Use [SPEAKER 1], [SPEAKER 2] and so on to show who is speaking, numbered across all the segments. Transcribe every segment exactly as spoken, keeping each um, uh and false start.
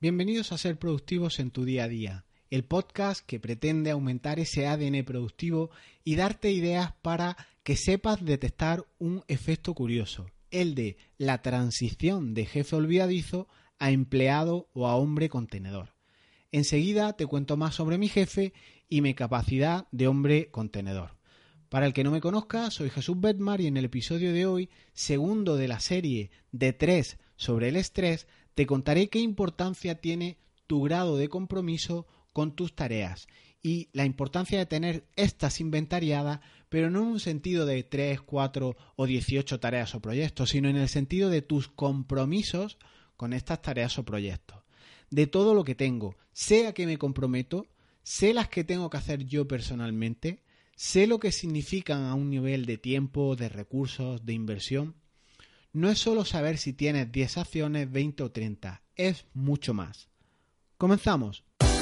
[SPEAKER 1] Bienvenidos a Ser Productivos en tu día a día, el podcast que pretende aumentar ese A D N productivo y darte ideas para que sepas detectar un efecto curioso, el de la transición de jefe olvidadizo a empleado o a hombre contenedor. Enseguida te cuento más sobre mi jefe y mi capacidad de hombre contenedor. Para el que no me conozca, soy Jesús Bedmar y en el episodio de hoy, segundo de la serie de tres sobre el estrés, te contaré qué importancia tiene tu grado de compromiso con tus tareas y la importancia de tener estas inventariadas, pero no en un sentido de tres, cuatro o dieciocho tareas o proyectos, sino en el sentido de tus compromisos con estas tareas o proyectos. De todo lo que tengo, sé a qué me comprometo, sé las que tengo que hacer yo personalmente, sé lo que significan a un nivel de tiempo, de recursos, de inversión. No es solo saber si tienes diez acciones, veinte o treinta, es mucho más. ¡Comenzamos!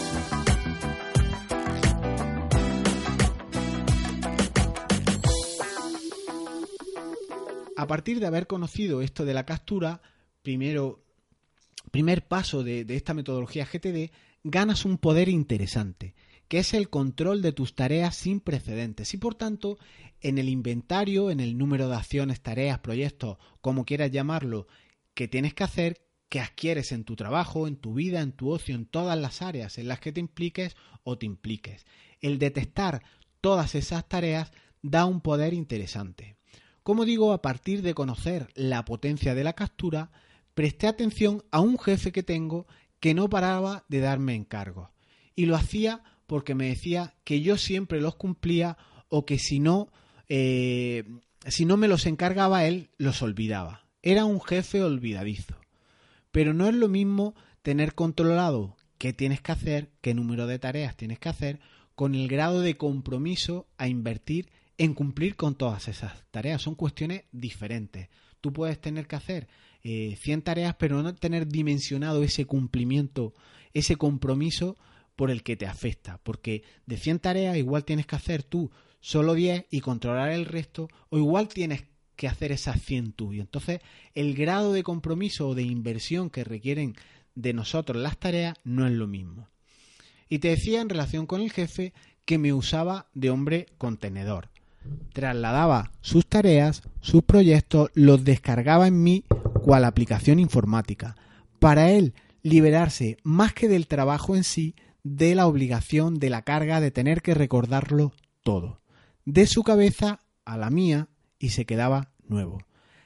[SPEAKER 1] A partir de haber conocido esto de la captura, primero, primer paso de, de esta metodología G T D, ganas un poder interesante, que es el control de tus tareas sin precedentes y por tanto en el inventario, en el número de acciones, tareas, proyectos, como quieras llamarlo, que tienes que hacer, que adquieres en tu trabajo, en tu vida, en tu ocio, en todas las áreas en las que te impliques o te impliques. El detectar todas esas tareas da un poder interesante. Como digo, a partir de conocer la potencia de la captura, presté atención a un jefe que tengo que no paraba de darme encargos y lo hacía porque me decía que yo siempre los cumplía o que si no, eh, si no me los encargaba él, los olvidaba. Era un jefe olvidadizo. Pero no es lo mismo tener controlado qué tienes que hacer, qué número de tareas tienes que hacer, con el grado de compromiso a invertir en cumplir con todas esas tareas. Son cuestiones diferentes. Tú puedes tener que hacer eh, cien tareas, pero no tener dimensionado ese cumplimiento, ese compromiso por el que te afecta, porque de cien tareas igual tienes que hacer tú solo diez y controlar el resto, o igual tienes que hacer esas cien tú, y entonces el grado de compromiso o de inversión que requieren de nosotros las tareas no es lo mismo. Y te decía en relación con el jefe que me usaba de hombre contenedor. Trasladaba sus tareas, sus proyectos, los descargaba en mí cual aplicación informática, para él liberarse más que del trabajo en sí, de la obligación, de la carga de tener que recordarlo todo, de su cabeza a la mía, y se quedaba nuevo.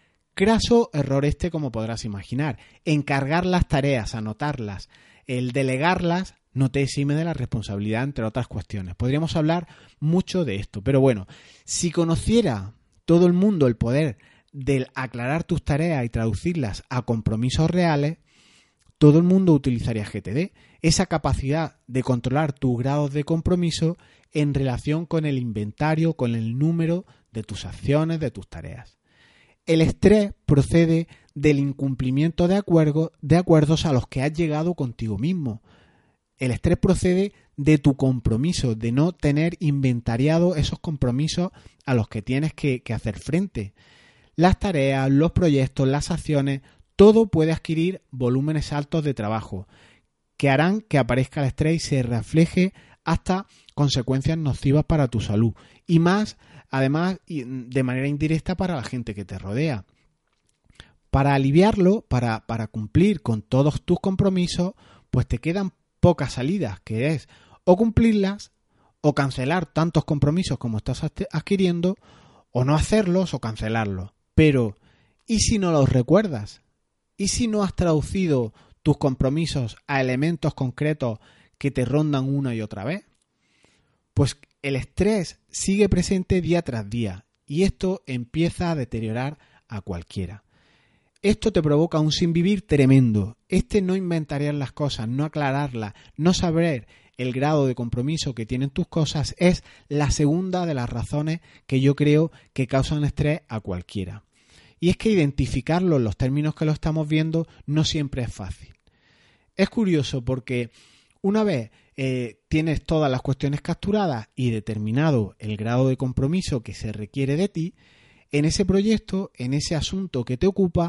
[SPEAKER 1] Craso error este, como podrás imaginar. Encargar las tareas, anotarlas, el delegarlas, no te exime de la responsabilidad, entre otras cuestiones. Podríamos hablar mucho de esto, pero bueno, si conociera todo el mundo el poder del aclarar tus tareas y traducirlas a compromisos reales, todo el mundo utilizaría G T D, esa capacidad de controlar tus grados de compromiso en relación con el inventario, con el número de tus acciones, de tus tareas. El estrés procede del incumplimiento de, acuerdo, de acuerdos a los que has llegado contigo mismo. El estrés procede de tu compromiso, de no tener inventariado esos compromisos a los que tienes que, que hacer frente. Las tareas, los proyectos, las acciones, todo puede adquirir volúmenes altos de trabajo que harán que aparezca el estrés y se refleje hasta consecuencias nocivas para tu salud y más, además, de manera indirecta para la gente que te rodea. Para aliviarlo, para, para cumplir con todos tus compromisos, pues te quedan pocas salidas, que es o cumplirlas o cancelar tantos compromisos como estás adquiriendo o no hacerlos o cancelarlos. Pero, ¿y si no los recuerdas? ¿Y si no has traducido tus compromisos a elementos concretos que te rondan una y otra vez? Pues el estrés sigue presente día tras día y esto empieza a deteriorar a cualquiera. Esto te provoca un sinvivir tremendo. Este no inventariar las cosas, no aclararlas, no saber el grado de compromiso que tienen tus cosas es la segunda de las razones que yo creo que causan estrés a cualquiera. Y es que identificarlo en los términos que lo estamos viendo no siempre es fácil. Es curioso porque una vez eh, tienes todas las cuestiones capturadas y determinado el grado de compromiso que se requiere de ti, en ese proyecto, en ese asunto que te ocupa,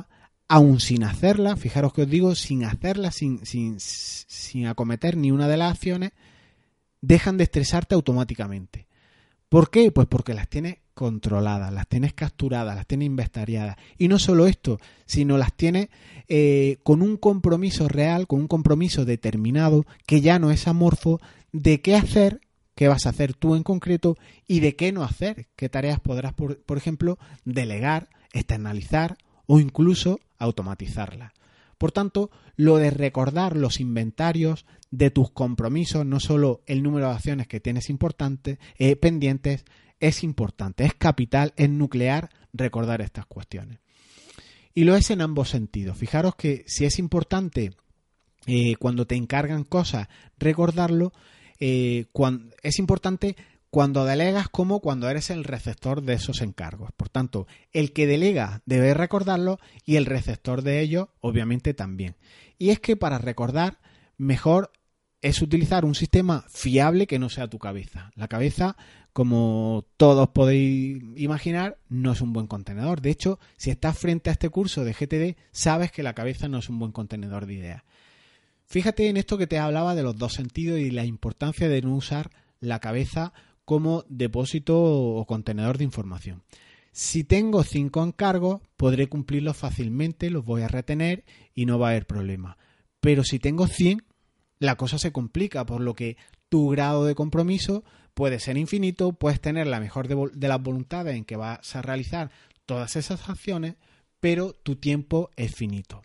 [SPEAKER 1] aún sin hacerla, fijaros que os digo, sin hacerla, sin, sin, sin acometer ni una de las acciones, dejan de estresarte automáticamente. ¿Por qué? Pues porque las tienes controladas, las tienes capturadas, las tienes inventariadas. Y no solo esto, sino las tienes eh, con un compromiso real, con un compromiso determinado, que ya no es amorfo, de qué hacer, qué vas a hacer tú en concreto y de qué no hacer, qué tareas podrás, por, por ejemplo, delegar, externalizar o incluso automatizarlas. Por tanto, lo de recordar los inventarios de tus compromisos, no solo el número de acciones que tienes importantes, eh, pendientes, es importante, es capital, es nuclear recordar estas cuestiones. Y lo es en ambos sentidos. Fijaros que si es importante eh, cuando te encargan cosas recordarlo, eh, cuando, es importante cuando delegas como cuando eres el receptor de esos encargos. Por tanto, el que delega debe recordarlo y el receptor de ellos obviamente también. Y es que para recordar mejor es utilizar un sistema fiable que no sea tu cabeza. La cabeza, como todos podéis imaginar, no es un buen contenedor. De hecho, si estás frente a este curso de G T D, sabes que la cabeza no es un buen contenedor de ideas. Fíjate en esto que te hablaba de los dos sentidos y la importancia de no usar la cabeza como depósito o contenedor de información. Si tengo cinco encargos, podré cumplirlos fácilmente, los voy a retener y no va a haber problema. Pero si tengo cien, la cosa se complica, por lo que tu grado de compromiso puede ser infinito, puedes tener la mejor de, de las voluntades en que vas a realizar todas esas acciones, pero tu tiempo es finito.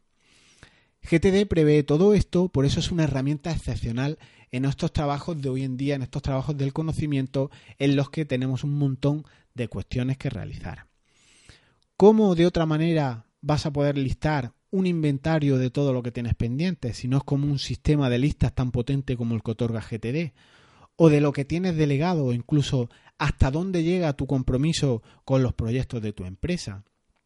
[SPEAKER 1] G T D prevé todo esto, por eso es una herramienta excepcional en estos trabajos de hoy en día, en estos trabajos del conocimiento, en los que tenemos un montón de cuestiones que realizar. ¿Cómo de otra manera vas a poder listar un inventario de todo lo que tienes pendiente, si no es como un sistema de listas tan potente como el que otorga G T D? O de lo que tienes delegado, o incluso hasta dónde llega tu compromiso con los proyectos de tu empresa.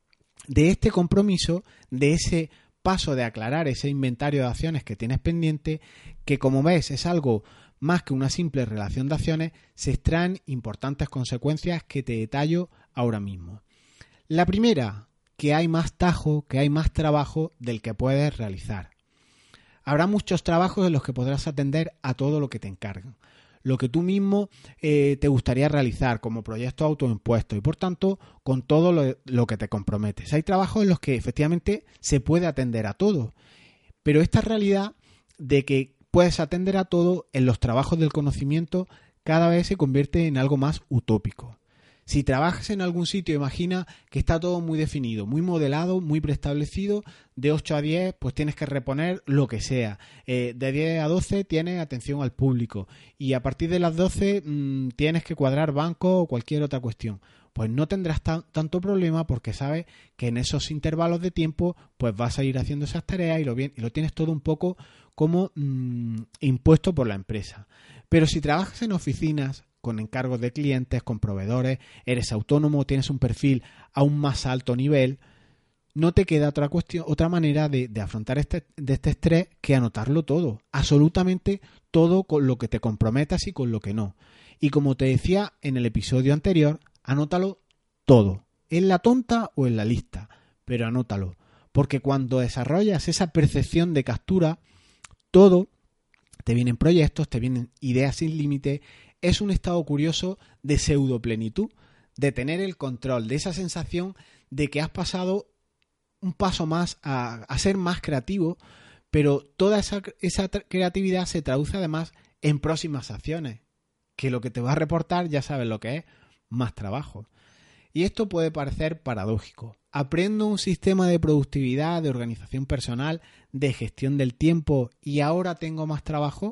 [SPEAKER 1] De este compromiso, de ese paso de aclarar ese inventario de acciones que tienes pendiente, que como ves es algo más que una simple relación de acciones, se extraen importantes consecuencias que te detallo ahora mismo. La primera, que hay más tajo, que hay más trabajo del que puedes realizar. Habrá muchos trabajos en los que podrás atender a todo lo que te encargan, lo que tú mismo eh, te gustaría realizar como proyecto autoimpuesto y por tanto con todo lo, lo que te comprometes. Hay trabajos en los que efectivamente se puede atender a todo, pero esta realidad de que puedes atender a todo en los trabajos del conocimiento cada vez se convierte en algo más utópico. Si trabajas en algún sitio, imagina que está todo muy definido, muy modelado, muy preestablecido. De ocho a diez, pues tienes que reponer lo que sea. Eh, de diez a doce tienes atención al público. Y a partir de las doce mmm, tienes que cuadrar banco o cualquier otra cuestión. Pues no tendrás tan, tanto problema porque sabes que en esos intervalos de tiempo pues vas a ir haciendo esas tareas y lo, bien, y lo tienes todo un poco como mmm, impuesto por la empresa. Pero si trabajas en oficinas, con encargos de clientes, con proveedores, eres autónomo, tienes un perfil aún más alto nivel, no te queda otra cuestión, otra manera de, de afrontar este, de este estrés que anotarlo todo, absolutamente todo con lo que te comprometas y con lo que no. Y como te decía en el episodio anterior, anótalo todo, en la tonta o en la lista, pero anótalo, porque cuando desarrollas esa percepción de captura, todo, te vienen proyectos, te vienen ideas sin límite. Es un estado curioso de pseudoplenitud, de tener el control, de esa sensación de que has pasado un paso más a, a ser más creativo, pero toda esa, esa creatividad se traduce además en próximas acciones, que lo que te va a reportar ya sabes lo que es, más trabajo. Y esto puede parecer paradójico. Aprendo un sistema de productividad, de organización personal, de gestión del tiempo y ahora tengo más trabajo.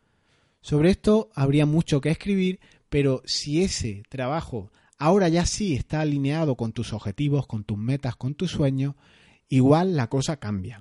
[SPEAKER 1] Sobre esto habría mucho que escribir, pero si ese trabajo ahora ya sí está alineado con tus objetivos, con tus metas, con tus sueños, igual la cosa cambia.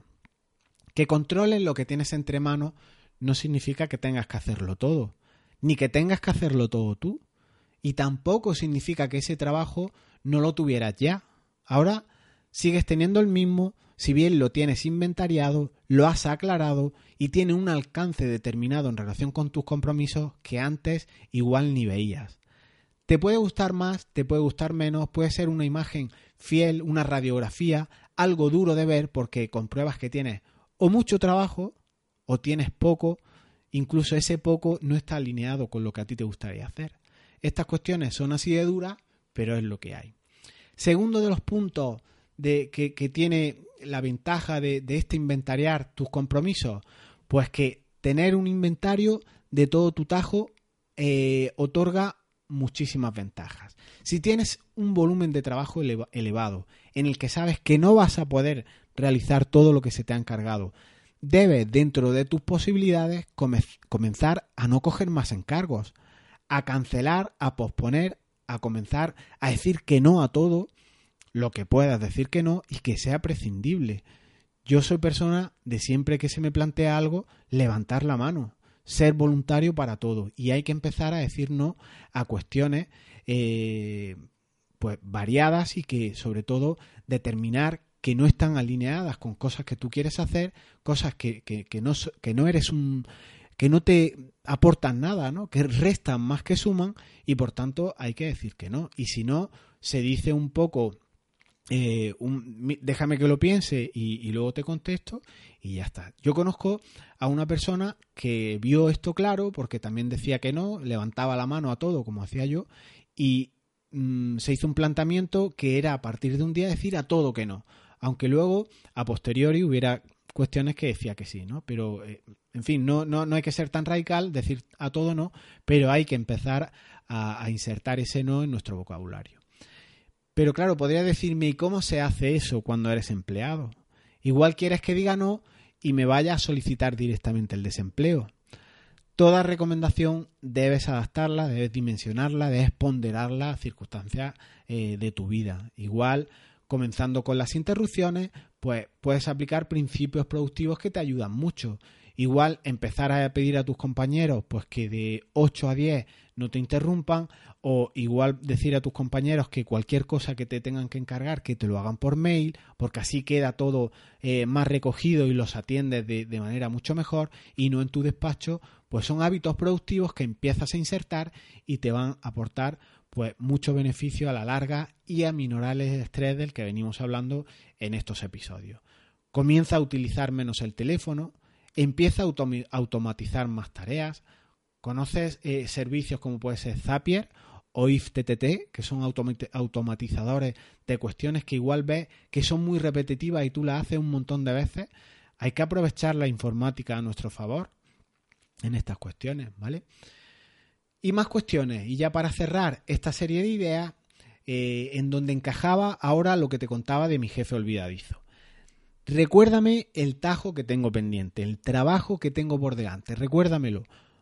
[SPEAKER 1] Que controles lo que tienes entre manos no significa que tengas que hacerlo todo, ni que tengas que hacerlo todo tú, y tampoco significa que ese trabajo no lo tuvieras ya. Ahora sigues teniendo el mismo, si bien lo tienes inventariado, lo has aclarado y tiene un alcance determinado en relación con tus compromisos que antes igual ni veías. Te puede gustar más, te puede gustar menos, puede ser una imagen fiel, una radiografía algo duro de ver porque compruebas que tienes o mucho trabajo o tienes poco, incluso ese poco no está alineado con lo que a ti te gustaría hacer. Estas cuestiones son así de duras, pero es lo que hay. Segundo de los puntos de, que, que tiene la ventaja de, de este inventariar tus compromisos, pues que tener un inventario de todo tu tajo eh, otorga muchísimas ventajas. Si tienes un volumen de trabajo eleva, elevado en el que sabes que no vas a poder realizar todo lo que se te ha encargado, debes, dentro de tus posibilidades, come, comenzar a no coger más encargos, a cancelar, a posponer, a comenzar a decir que no a todo lo que puedas decir que no y que sea prescindible. Yo soy persona de siempre que se me plantea algo, levantar la mano, ser voluntario para todo, y hay que empezar a decir no a cuestiones eh, pues variadas y que sobre todo determinar que no están alineadas con cosas que tú quieres hacer, cosas que, que, que, no, que no eres un que no te aportan nada, ¿no? Que restan más que suman, y por tanto hay que decir que no. Y si no, se dice un poco eh, un, déjame que lo piense y, y luego te contesto y ya está. Yo conozco a una persona que vio esto claro porque también decía que no, levantaba la mano a todo como hacía yo, y mmm, se hizo un planteamiento que era a partir de un día decir a todo que no, aunque luego a posteriori hubiera cuestiones que decía que sí, ¿no? Pero, eh, en fin, no, no, no hay que ser tan radical, decir a todo no, pero hay que empezar a, a insertar ese no en nuestro vocabulario. Pero claro, podría decirme, ¿y cómo se hace eso cuando eres empleado? Igual quieres que diga no y me vaya a solicitar directamente el desempleo. Toda recomendación debes adaptarla, debes dimensionarla, debes ponderarla a circunstancias eh, de tu vida. Igual, comenzando con las interrupciones, pues puedes aplicar principios productivos que te ayudan mucho. Igual empezar a pedir a tus compañeros pues que de ocho a diez no te interrumpan, o igual decir a tus compañeros que cualquier cosa que te tengan que encargar que te lo hagan por mail, porque así queda todo eh, más recogido y los atiendes de, de manera mucho mejor y no en tu despacho. Pues son hábitos productivos que empiezas a insertar y te van a aportar pues mucho beneficio a la larga y a minorar el estrés del que venimos hablando en estos episodios. Comienza a utilizar menos el teléfono, empieza a autom- automatizar más tareas. ¿Conoces eh, servicios como puede ser Zapier o I F T T T, que son autom- automatizadores de cuestiones que igual ves que son muy repetitivas y tú las haces un montón de veces? Hay que aprovechar la informática a nuestro favor en estas cuestiones, ¿vale? Y más cuestiones, y ya para cerrar esta serie de ideas, eh, en donde encajaba ahora lo que te contaba de mi jefe olvidadizo. Recuérdame el tajo que tengo pendiente, el trabajo que tengo por delante, recuérdamelo.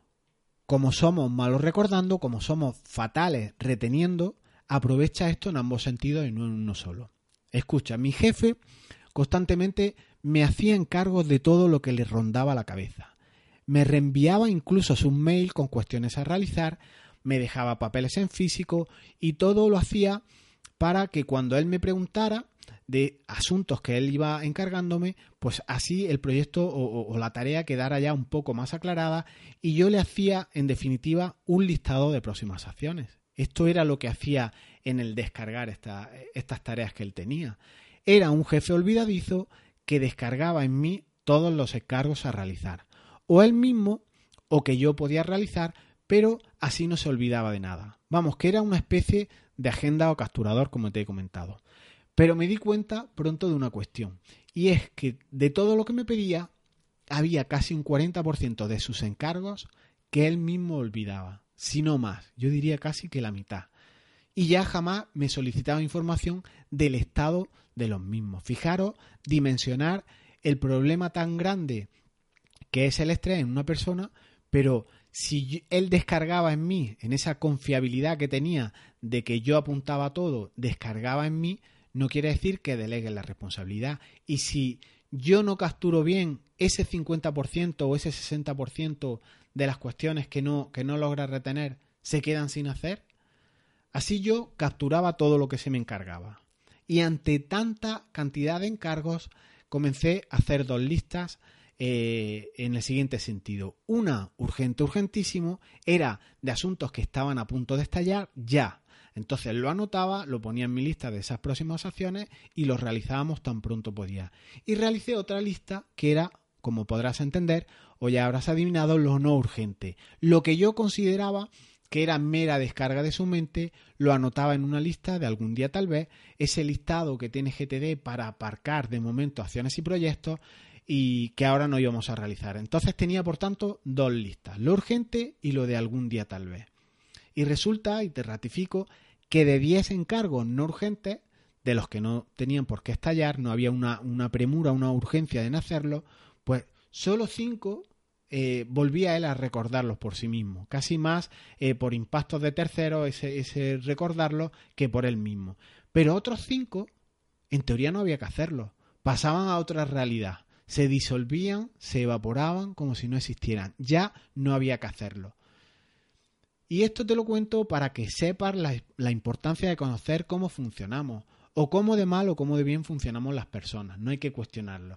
[SPEAKER 1] Como somos malos recordando, como somos fatales reteniendo, aprovecha esto en ambos sentidos y no en uno solo. Escucha, mi jefe constantemente me hacía encargos de todo lo que le rondaba la cabeza. Me reenviaba incluso sus mails con cuestiones a realizar, me dejaba papeles en físico y todo lo hacía para que cuando él me preguntara de asuntos que él iba encargándome, pues así el proyecto o, o la tarea quedara ya un poco más aclarada y yo le hacía, en definitiva, un listado de próximas acciones. Esto era lo que hacía en el descargar esta, estas tareas que él tenía. Era un jefe olvidadizo que descargaba en mí todos los encargos a realizar. O él mismo, o que yo podía realizar, pero así no se olvidaba de nada. Vamos, que era una especie de agenda o capturador, como te he comentado. Pero me di cuenta pronto de una cuestión, y es que de todo lo que me pedía, había casi un cuarenta por ciento de sus encargos que él mismo olvidaba, si no más, yo diría casi que la mitad. Y ya jamás me solicitaba información del estado de los mismos. Fijaros, dimensionar el problema tan grande que es el estrés en una persona, pero si él descargaba en mí, en esa confiabilidad que tenía de que yo apuntaba todo, descargaba en mí, no quiere decir que delegue la responsabilidad. Y si yo no capturo bien ese cincuenta por ciento o ese sesenta por ciento de las cuestiones que no, que no logra retener, se quedan sin hacer. Así yo capturaba todo lo que se me encargaba. Y ante tanta cantidad de encargos, comencé a hacer dos listas eh, en el siguiente sentido. Una, urgente, urgentísimo, era de asuntos que estaban a punto de estallar ya. Entonces lo anotaba, lo ponía en mi lista de esas próximas acciones y lo realizábamos tan pronto podía. Y realicé otra lista que era, como podrás entender, o ya habrás adivinado, lo no urgente. Lo que yo consideraba que era mera descarga de su mente, lo anotaba en una lista de algún día tal vez, ese listado que tiene G T D para aparcar de momento acciones y proyectos y que ahora no íbamos a realizar. Entonces tenía, por tanto, dos listas, lo urgente y lo de algún día tal vez. Y resulta, y te ratifico, que de diez encargos no urgentes, de los que no tenían por qué estallar, no había una, una premura, una urgencia en hacerlo, pues solo cinco eh, volvía él a recordarlos por sí mismo, casi más eh, por impactos de terceros ese, ese recordarlos que por él mismo. Pero otros cinco, en teoría no había que hacerlo, pasaban a otra realidad, se disolvían, se evaporaban como si no existieran, ya no había que hacerlo. Y esto te lo cuento para que sepas la, la importancia de conocer cómo funcionamos, o cómo de mal o cómo de bien funcionamos las personas, no hay que cuestionarlo.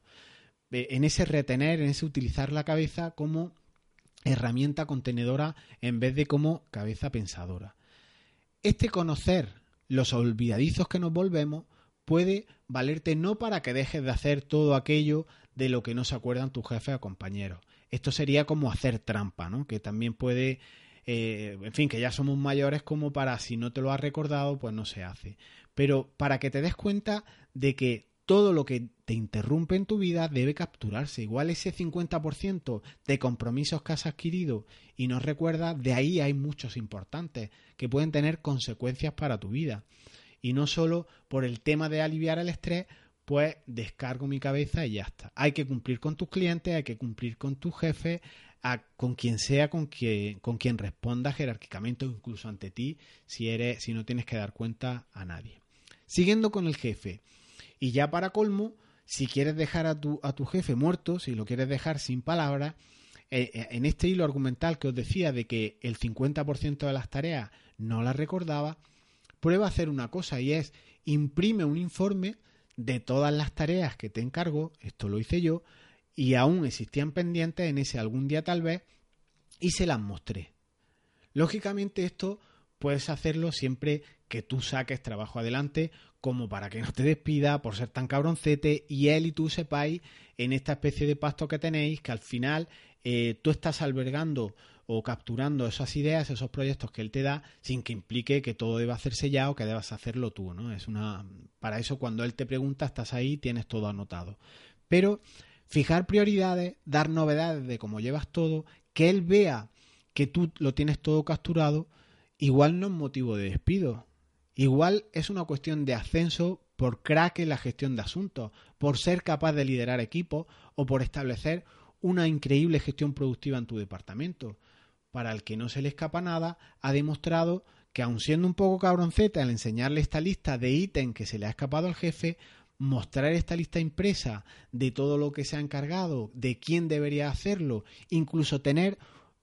[SPEAKER 1] En ese retener, en ese utilizar la cabeza como herramienta contenedora en vez de como cabeza pensadora. Este conocer los olvidadizos que nos volvemos puede valerte no para que dejes de hacer todo aquello de lo que no se acuerdan tus jefes o compañeros. Esto sería como hacer trampa, ¿no? Que también puede, eh, en fin, que ya somos mayores como para si no te lo has recordado, pues no se hace. Pero para que te des cuenta de que todo lo que te interrumpe en tu vida debe capturarse. Igual ese cincuenta por ciento de compromisos que has adquirido y no recuerdas, de ahí hay muchos importantes que pueden tener consecuencias para tu vida. Y no solo por el tema de aliviar el estrés, pues descargo mi cabeza y ya está. Hay que cumplir con tus clientes, hay que cumplir con tus jefes, a, con quien sea, con quien, con quien responda jerárquicamente o incluso ante ti, si, eres, si no tienes que dar cuenta a nadie. Siguiendo con el jefe. Y ya para colmo, si quieres dejar a tu, a tu jefe muerto, si lo quieres dejar sin palabras, eh, en este hilo argumental que os decía de que el cincuenta por ciento de las tareas no las recordaba, prueba a hacer una cosa y es imprime un informe de todas las tareas que te encargo, esto lo hice yo, y aún existían pendientes en ese algún día tal vez, y se las mostré. Lógicamente esto puedes hacerlo siempre que tú saques trabajo adelante, como para que no te despida por ser tan cabroncete y él y tú sepáis en esta especie de pacto que tenéis que al final eh, tú estás albergando o capturando esas ideas, esos proyectos que él te da sin que implique que todo deba hacerse ya o que debas hacerlo tú, ¿no? Es una, para eso cuando él te pregunta estás ahí, tienes todo anotado. Pero fijar prioridades, dar novedades de cómo llevas todo, que él vea que tú lo tienes todo capturado, igual no es motivo de despido. Igual es una cuestión de ascenso por crack en la gestión de asuntos, por ser capaz de liderar equipos o por establecer una increíble gestión productiva en tu departamento. Para el que no se le escapa nada, ha demostrado que aun siendo un poco cabronceta al enseñarle esta lista de ítems que se le ha escapado al jefe, mostrar esta lista impresa de todo lo que se ha encargado, de quién debería hacerlo, incluso tener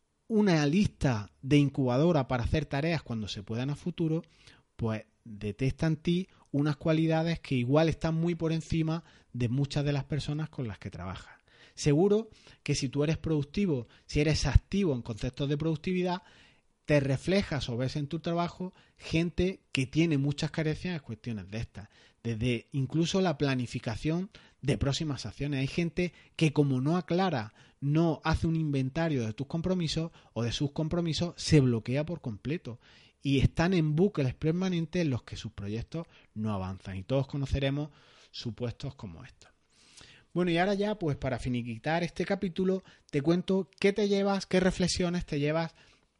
[SPEAKER 1] una lista de incubadora para hacer tareas cuando se puedan a futuro, pues detecta en ti unas cualidades que igual están muy por encima de muchas de las personas con las que trabajas. Seguro que si tú eres productivo, si eres activo en conceptos de productividad, te reflejas o ves en tu trabajo gente que tiene muchas carencias en cuestiones de estas. Desde incluso la planificación de próximas acciones. Hay gente que como no aclara, no hace un inventario de tus compromisos o de sus compromisos, se bloquea por completo. Y están en bucles permanentes en los que sus proyectos no avanzan. Y todos conoceremos supuestos como estos. Bueno, y ahora ya, pues para finiquitar este capítulo, te cuento qué te llevas, qué reflexiones te llevas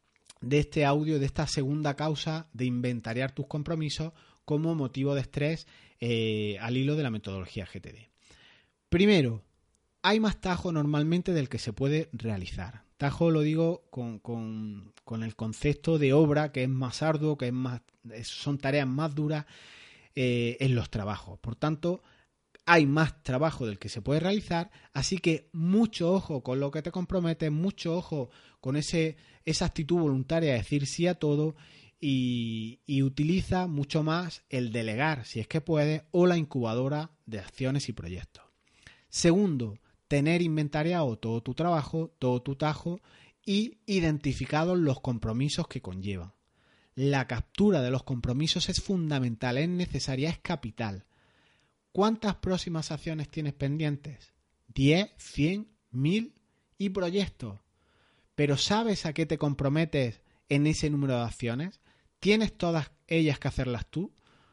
[SPEAKER 1] de este audio, de esta segunda causa de inventariar tus compromisos como motivo de estrés eh, al hilo de la metodología G T D. Primero, hay más tajo normalmente del que se puede realizar. Tajo lo digo con, con, con el concepto de obra, que es más arduo, que es más, son tareas más duras eh, en los trabajos. Por tanto, hay más trabajo del que se puede realizar, así que mucho ojo con lo que te comprometes, mucho ojo con ese, esa actitud voluntaria de decir sí a todo y, y utiliza mucho más el delegar, si es que puedes, o la incubadora de acciones y proyectos. Segundo, tener inventariado todo tu trabajo, todo tu tajo y identificados los compromisos que conllevan. la captura de los compromisos es fundamental, es necesaria, es capital. ¿Cuántas próximas acciones tienes pendientes? ¿diez, cien, mil y proyectos? ¿Pero sabes a qué te comprometes en ese número de acciones? ¿Tienes todas ellas que hacerlas tú?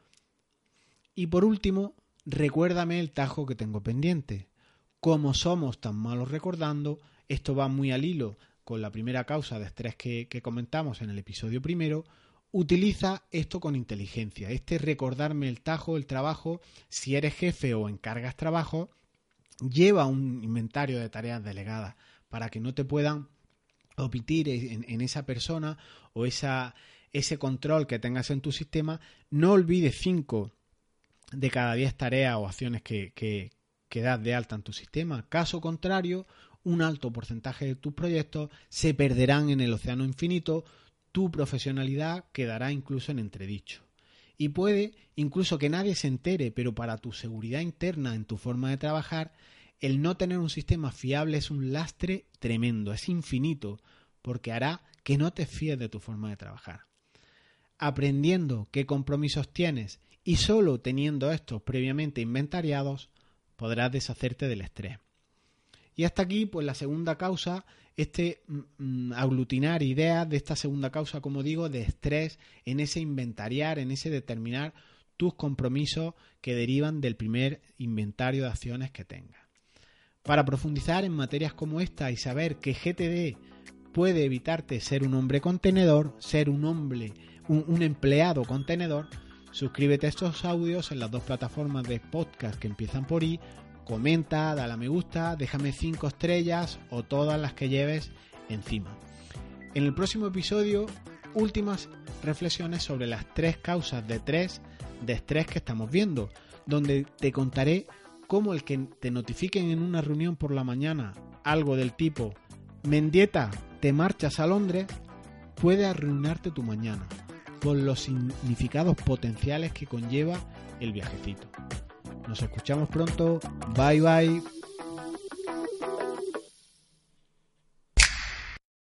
[SPEAKER 1] Y por último, recuérdame el tajo que tengo pendiente. Como somos tan malos recordando, esto va muy al hilo con la primera causa de estrés que, que comentamos en el episodio primero. Utiliza esto con inteligencia. Este recordarme el tajo, el trabajo, si eres jefe o encargas trabajo, lleva un inventario de tareas delegadas para que no te puedan omitir en, en esa persona o esa, ese control que tengas en tu sistema. No olvides cinco de cada diez tareas o acciones que, que, que das de alta en tu sistema. Caso contrario, un alto porcentaje de tus proyectos se perderán en el océano infinito, tu profesionalidad quedará incluso en entredicho. Y puede incluso que nadie se entere, pero para tu seguridad interna en tu forma de trabajar, el no tener un sistema fiable es un lastre tremendo, es infinito, porque hará que no te fíes de tu forma de trabajar. Aprendiendo qué compromisos tienes y solo teniendo estos previamente inventariados, podrás deshacerte del estrés. Y hasta aquí, pues la segunda causa, este mm, aglutinar ideas de esta segunda causa, como digo, de estrés, en ese inventariar, en ese determinar tus compromisos que derivan del primer inventario de acciones que tengas. Para profundizar en materias como esta y saber que G T D puede evitarte ser un hombre contenedor, ser un hombre, un, un empleado contenedor, suscríbete a estos audios en las dos plataformas de podcast que empiezan por I. Comenta, dale a me gusta, déjame cinco estrellas o todas las que lleves encima. En el próximo episodio, últimas reflexiones sobre las tres causas de estrés, de estrés que estamos viendo, donde te contaré cómo el que te notifiquen en una reunión por la mañana algo del tipo Mendieta, te marchas a Londres, puede arruinarte tu mañana por los significados potenciales que conlleva el viajecito. Nos escuchamos pronto. Bye bye.